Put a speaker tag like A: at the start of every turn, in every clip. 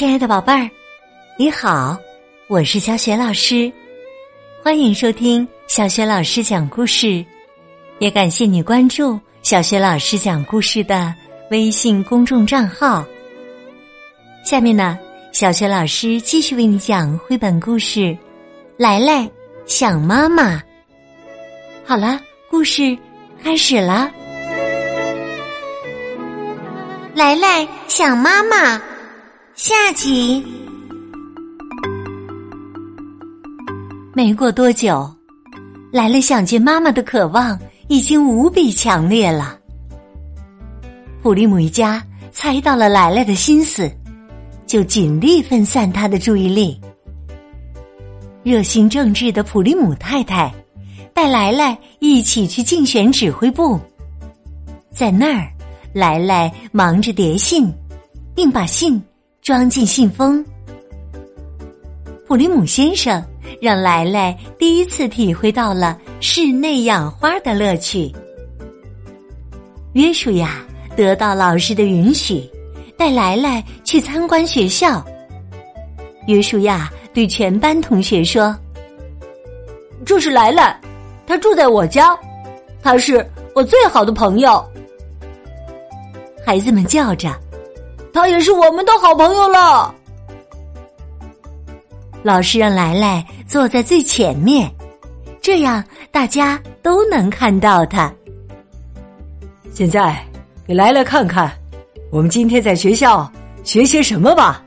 A: 亲爱的宝贝儿，你好，我是小雪老师，欢迎收听小雪老师讲故事，也感谢你关注小雪老师讲故事的微信公众账号。下面呢，小雪老师继续为你讲绘本故事《来来想妈妈》。好了，故事开始了。
B: 来来想妈妈下集。
A: 没过多久，来来想见妈妈的渴望已经无比强烈了。普利姆一家猜到了来来的心思，就尽力分散他的注意力。热心正直的普利姆太太带来来一起去竞选指挥部，在那儿，来来忙着叠信，并把信装进信封。普利姆先生让来来第一次体会到了室内养花的乐趣。约书亚得到老师的允许，带来来去参观学校。约书亚对全班同学说：“
C: 这是来来，他住在我家，他是我最好的朋友。”
A: 孩子们叫着：“
C: 他也是我们的好朋友了。”
A: 老师让来来坐在最前面，这样大家都能看到他。
C: 现在给来来看看，我们今天在学校学些什么吧。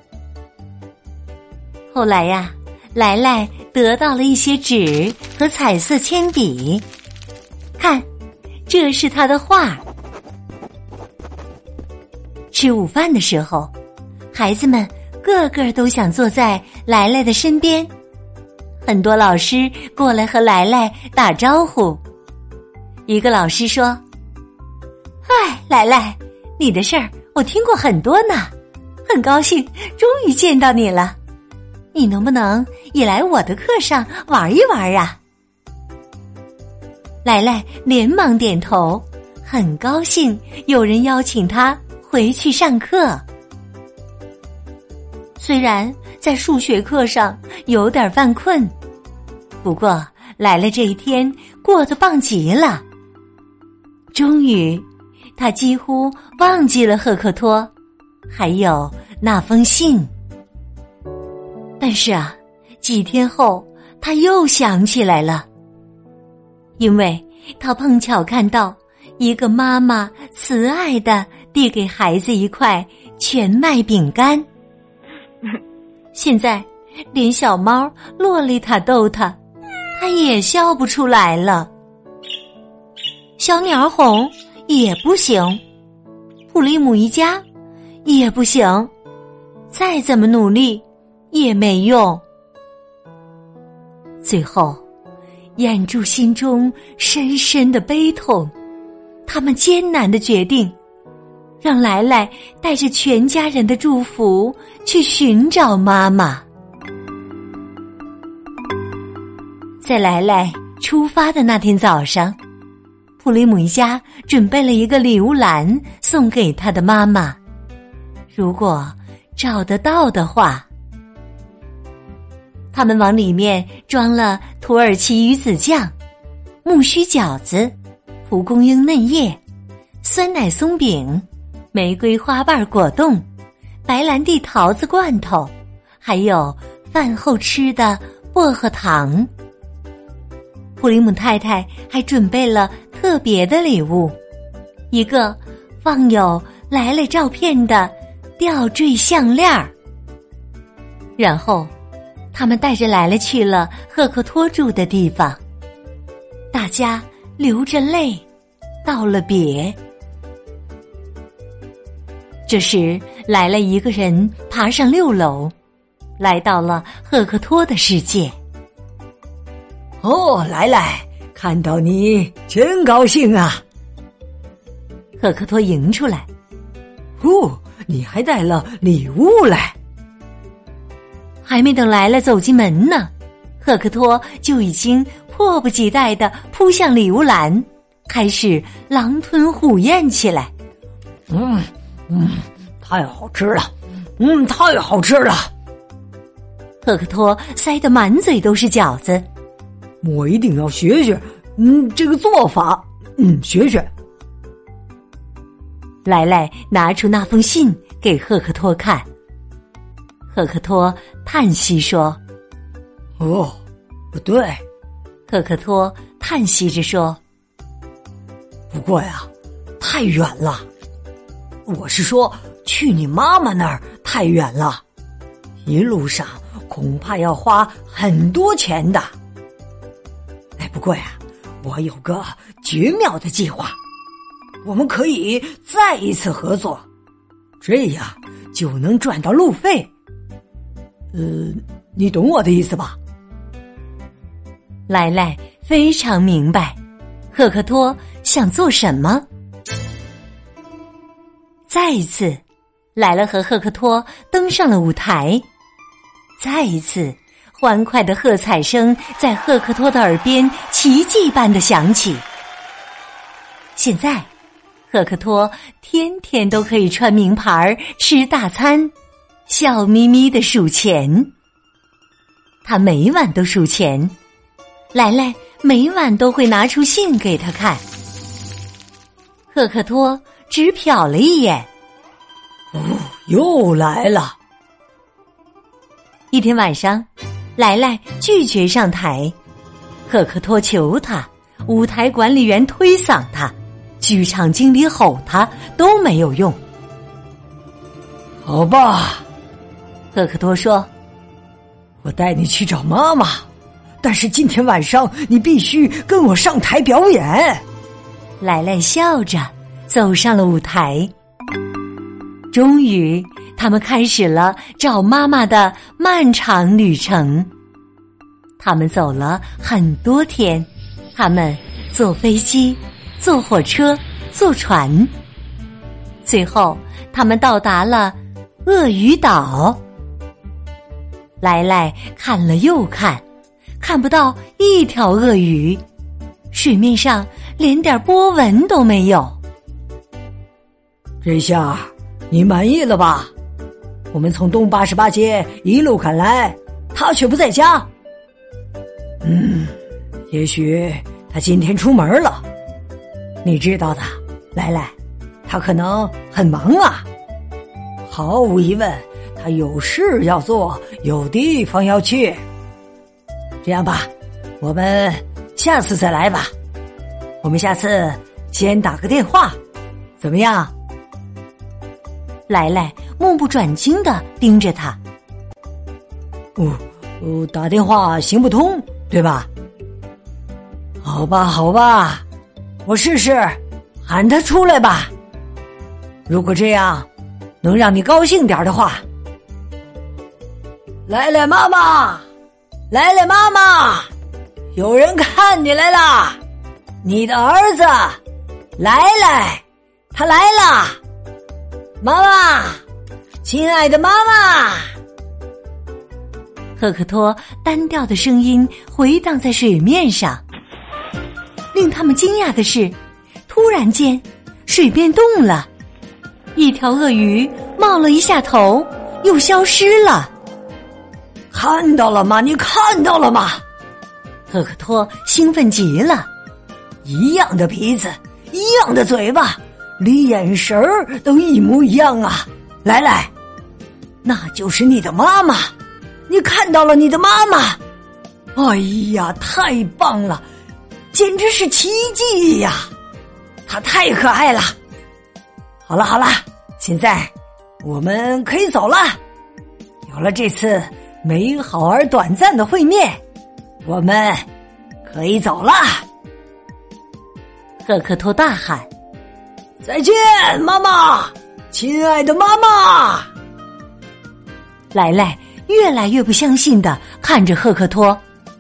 A: 后来呀，来来得到了一些纸和彩色铅笔，看，这是他的画。吃午饭的时候，孩子们个个都想坐在来来的身边。很多老师过来和来来打招呼。一个老师说：“嗨，来来，你的事儿我听过很多呢，很高兴终于见到你了。你能不能也来我的课上玩一玩啊？”来来连忙点头，很高兴有人邀请他回去上课。虽然在数学课上有点犯困，不过来来这一天过得棒极了。终于，他几乎忘记了赫克托，还有那封信。但是啊，几天后他又想起来了，因为他碰巧看到一个妈妈慈爱地递给孩子一块全麦饼干。现在连小猫洛丽塔逗他，他也笑不出来了。小鸟哄也不行，普利姆一家也不行，再怎么努力也没用。最后，掩住心中深深的悲痛，他们艰难地决定让来来带着全家人的祝福去寻找妈妈。在来来出发的那天早上，普利姆一家准备了一个礼物篮送给他的妈妈，如果找得到的话。他们往里面装了土耳其鱼子酱、木须饺子、蒲公英嫩叶、酸奶松饼、玫瑰花瓣果冻、白兰地桃子罐头，还有饭后吃的薄荷糖。普利姆太太还准备了特别的礼物，一个放有来来照片的吊坠项链。然后他们带着来来去了赫克托住的地方，大家流着泪道了别。这时来来一个人爬上6楼，来到了赫克托的世界。
C: 哦，来来，看到你真高兴啊！
A: 赫克托迎出来。
C: 你还带了礼物来。
A: 还没等来来走进门呢，赫克托就已经迫不及待地扑向礼物篮，开始狼吞虎咽起来。
C: 太好吃了， 太好吃了。
A: 赫克托塞得满嘴都是饺子。
C: 我一定要学学，这个做法，学学。
A: 莱莱拿出那封信给赫克托看。赫克托叹息说：“
C: 哦，不对。”
A: 赫克托叹息着说：“
C: 不过呀，太远了。我是说，去你妈妈那儿太远了，一路上恐怕要花很多钱的。不过呀，我有个绝妙的计划，我们可以再一次合作，这样就能赚到路费。你懂我的意思吧？”
A: 莱莱非常明白赫克托想做什么。再一次，莱莱和赫克托登上了舞台。再一次，欢快的喝彩声在赫克托的耳边奇迹般的响起。现在，赫克托天天都可以穿名牌吃大餐，笑眯眯的数钱。他每晚都数钱，莱莱每晚都会拿出信给他看。赫克托只瞟了一眼。
C: 又来了。
A: 一天晚上，莱莱拒绝上台，赫克托求他，舞台管理员推搡他，剧场经理吼他，都没有用。
C: 好吧，
A: 赫克托说：“
C: 我带你去找妈妈，但是今天晚上你必须跟我上台表演。”
A: 莱莱笑着走上了舞台。终于，他们开始了找妈妈的漫长旅程。他们走了很多天，他们坐飞机，坐火车，坐船。最后，他们到达了鳄鱼岛。莱莱看了又看，看不到一条鳄鱼，水面上连点波纹都没有。
C: 这下你满意了吧？我们从东88街一路赶来，他却不在家。也许他今天出门了。你知道的，莱莱，他可能很忙啊。毫无疑问，他有事要做，有地方要去。这样吧，我们下次再来吧。我们下次先打个电话，怎么样？
A: 莱莱目不转睛地盯着他。
C: 打电话行不通，对吧？好吧，好吧，我试试喊他出来吧。如果这样能让你高兴点的话。莱莱妈妈，莱莱妈妈，有人看你来了，你的儿子莱莱，他来了。妈妈，亲爱的妈妈。
A: 赫克托单调的声音回荡在水面上。令他们惊讶的是，突然间水变动了，一条鳄鱼冒了一下头，又消失了。
C: 看到了吗？你看到了吗？
A: 赫克托兴奋极了。
C: 一样的鼻子，一样的嘴巴，连眼神儿都一模一样啊！莱莱，那就是你的妈妈，你看到了你的妈妈。哎呀，太棒了，简直是奇迹呀！她太可爱了。好了好了，现在我们可以走了。有了这次美好而短暂的会面，我们可以走了。
A: 赫克托大喊：“
C: 再见，妈妈，亲爱的妈妈！”
A: 莱莱越来越不相信地看着赫克托。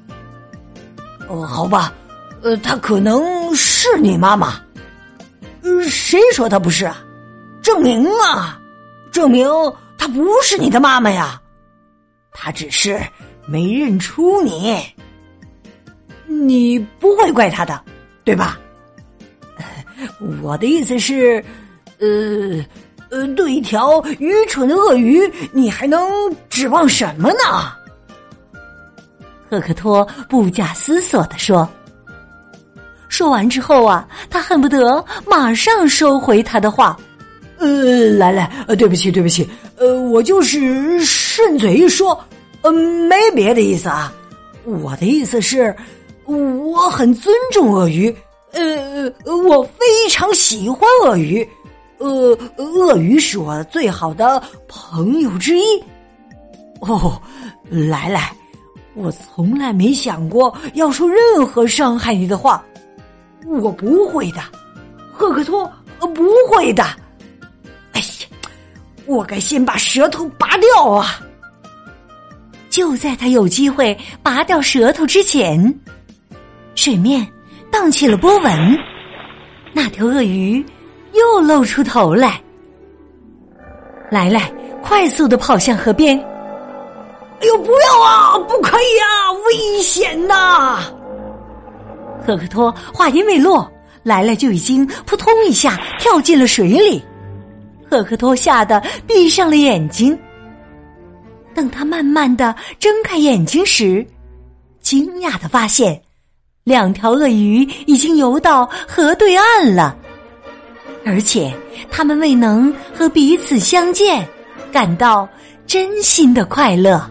C: 好吧，她可能是你妈妈。谁说她不是啊？证明啊，证明她不是你的妈妈呀。她只是没认出你。你不会怪她的，对吧？我的意思是， 对一条愚蠢的鳄鱼，你还能指望什么呢？
A: 赫克托不假思索地说。说完之后啊，他恨不得马上收回他的话。
C: 来来，对不起，我就是顺嘴一说，没别的意思啊。我的意思是，我很尊重鳄鱼，我非常喜欢鳄鱼，鳄鱼是我最好的朋友之一。哦，来来，我从来没想过要说任何伤害你的话，我不会的，赫克托，不会的。哎呀，我该先把舌头拔掉啊！
A: 就在他有机会拔掉舌头之前，水面荡起了波纹，那条鳄鱼又露出头来。莱莱快速地跑向河边。
C: 哎呦，不要啊！不可以啊！危险呐！
A: 赫克托话音未落，莱莱就已经扑通一下跳进了水里。赫克托吓得闭上了眼睛。等他慢慢地睁开眼睛时，惊讶地发现2条鳄鱼已经游到河对岸了，而且他们未能和彼此相见，感到真心的快乐。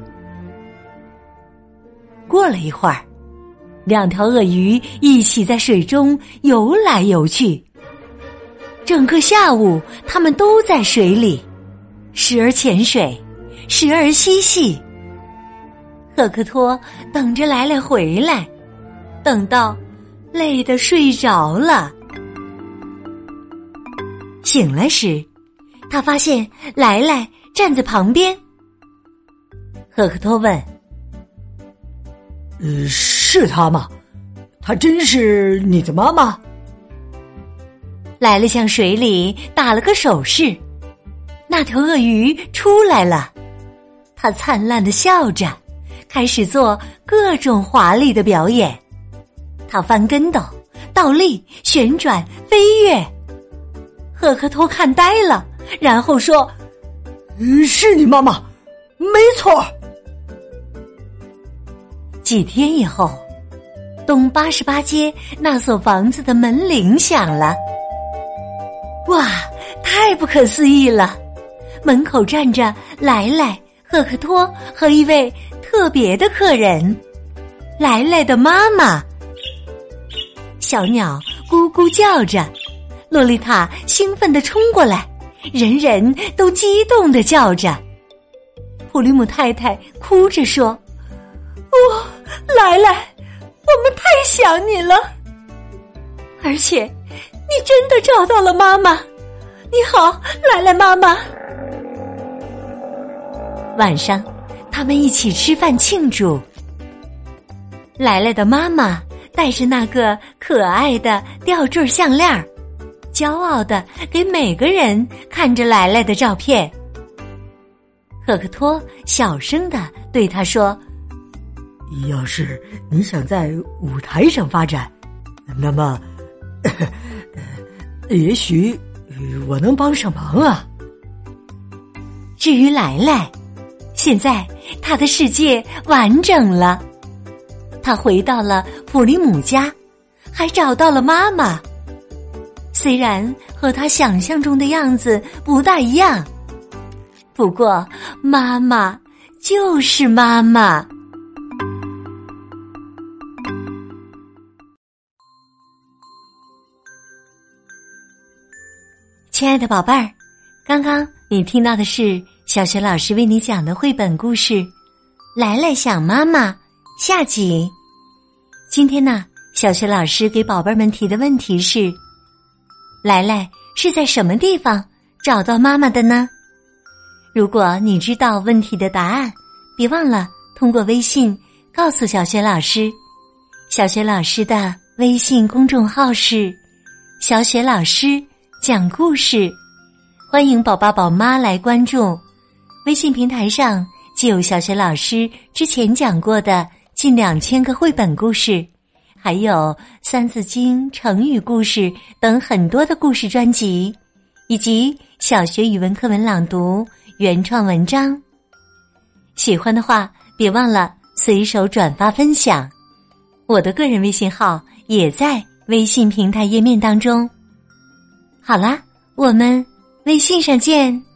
A: 过了一会儿，2条鳄鱼一起在水中游来游去。整个下午，他们都在水里，时而潜水，时而嬉戏。赫克托等着莱莱回来，等到累得睡着了。醒来时，他发现莱莱站在旁边。赫克托问：
C: 是她吗？她真是你的妈妈？
A: 莱莱向水里打了个手势，那条鳄鱼出来了。他灿烂地笑着，开始做各种华丽的表演。他翻跟斗、倒立、旋转、飞跃。赫克托看呆了，然后说：
C: 是你妈妈，没错。
A: 几天以后，东88街那所房子的门铃响了。哇，太不可思议了！门口站着莱莱、赫克托和一位特别的客人，莱莱的妈妈。小鸟咕咕叫着，洛丽塔兴奋地冲过来，人人都激动地叫着。普利姆太太哭着说：莱莱，我们太想你了，而且你真的找到了妈妈。你好，莱莱妈妈。晚上他们一起吃饭庆祝。莱莱的妈妈带着那个可爱的吊坠项链，骄傲地给每个人看着莱莱的照片。赫克托小声地对他说：
C: 要是你想在舞台上发展，那么也许我能帮上忙啊。
A: 至于莱莱，现在他的世界完整了。他回到了普利姆家，还找到了妈妈。虽然和他想象中的样子不大一样，不过妈妈就是妈妈。亲爱的宝贝儿，刚刚你听到的是小雪老师为你讲的绘本故事《莱莱想妈妈》下集。今天呢，小雪老师给宝贝们提的问题是：莱莱是在什么地方找到妈妈的呢？如果你知道问题的答案，别忘了通过微信告诉小雪老师。小雪老师的微信公众号是小雪老师讲故事，欢迎宝爸宝妈来关注。微信平台上既有小雪老师之前讲过的近2000个绘本故事，还有三字经、成语故事等很多的故事专辑， 以及小学语文课文朗读、原创文章。喜欢的话，别忘了随手转发分享。我的个人微信号也在微信平台页面当中。好啦，我们微信上见。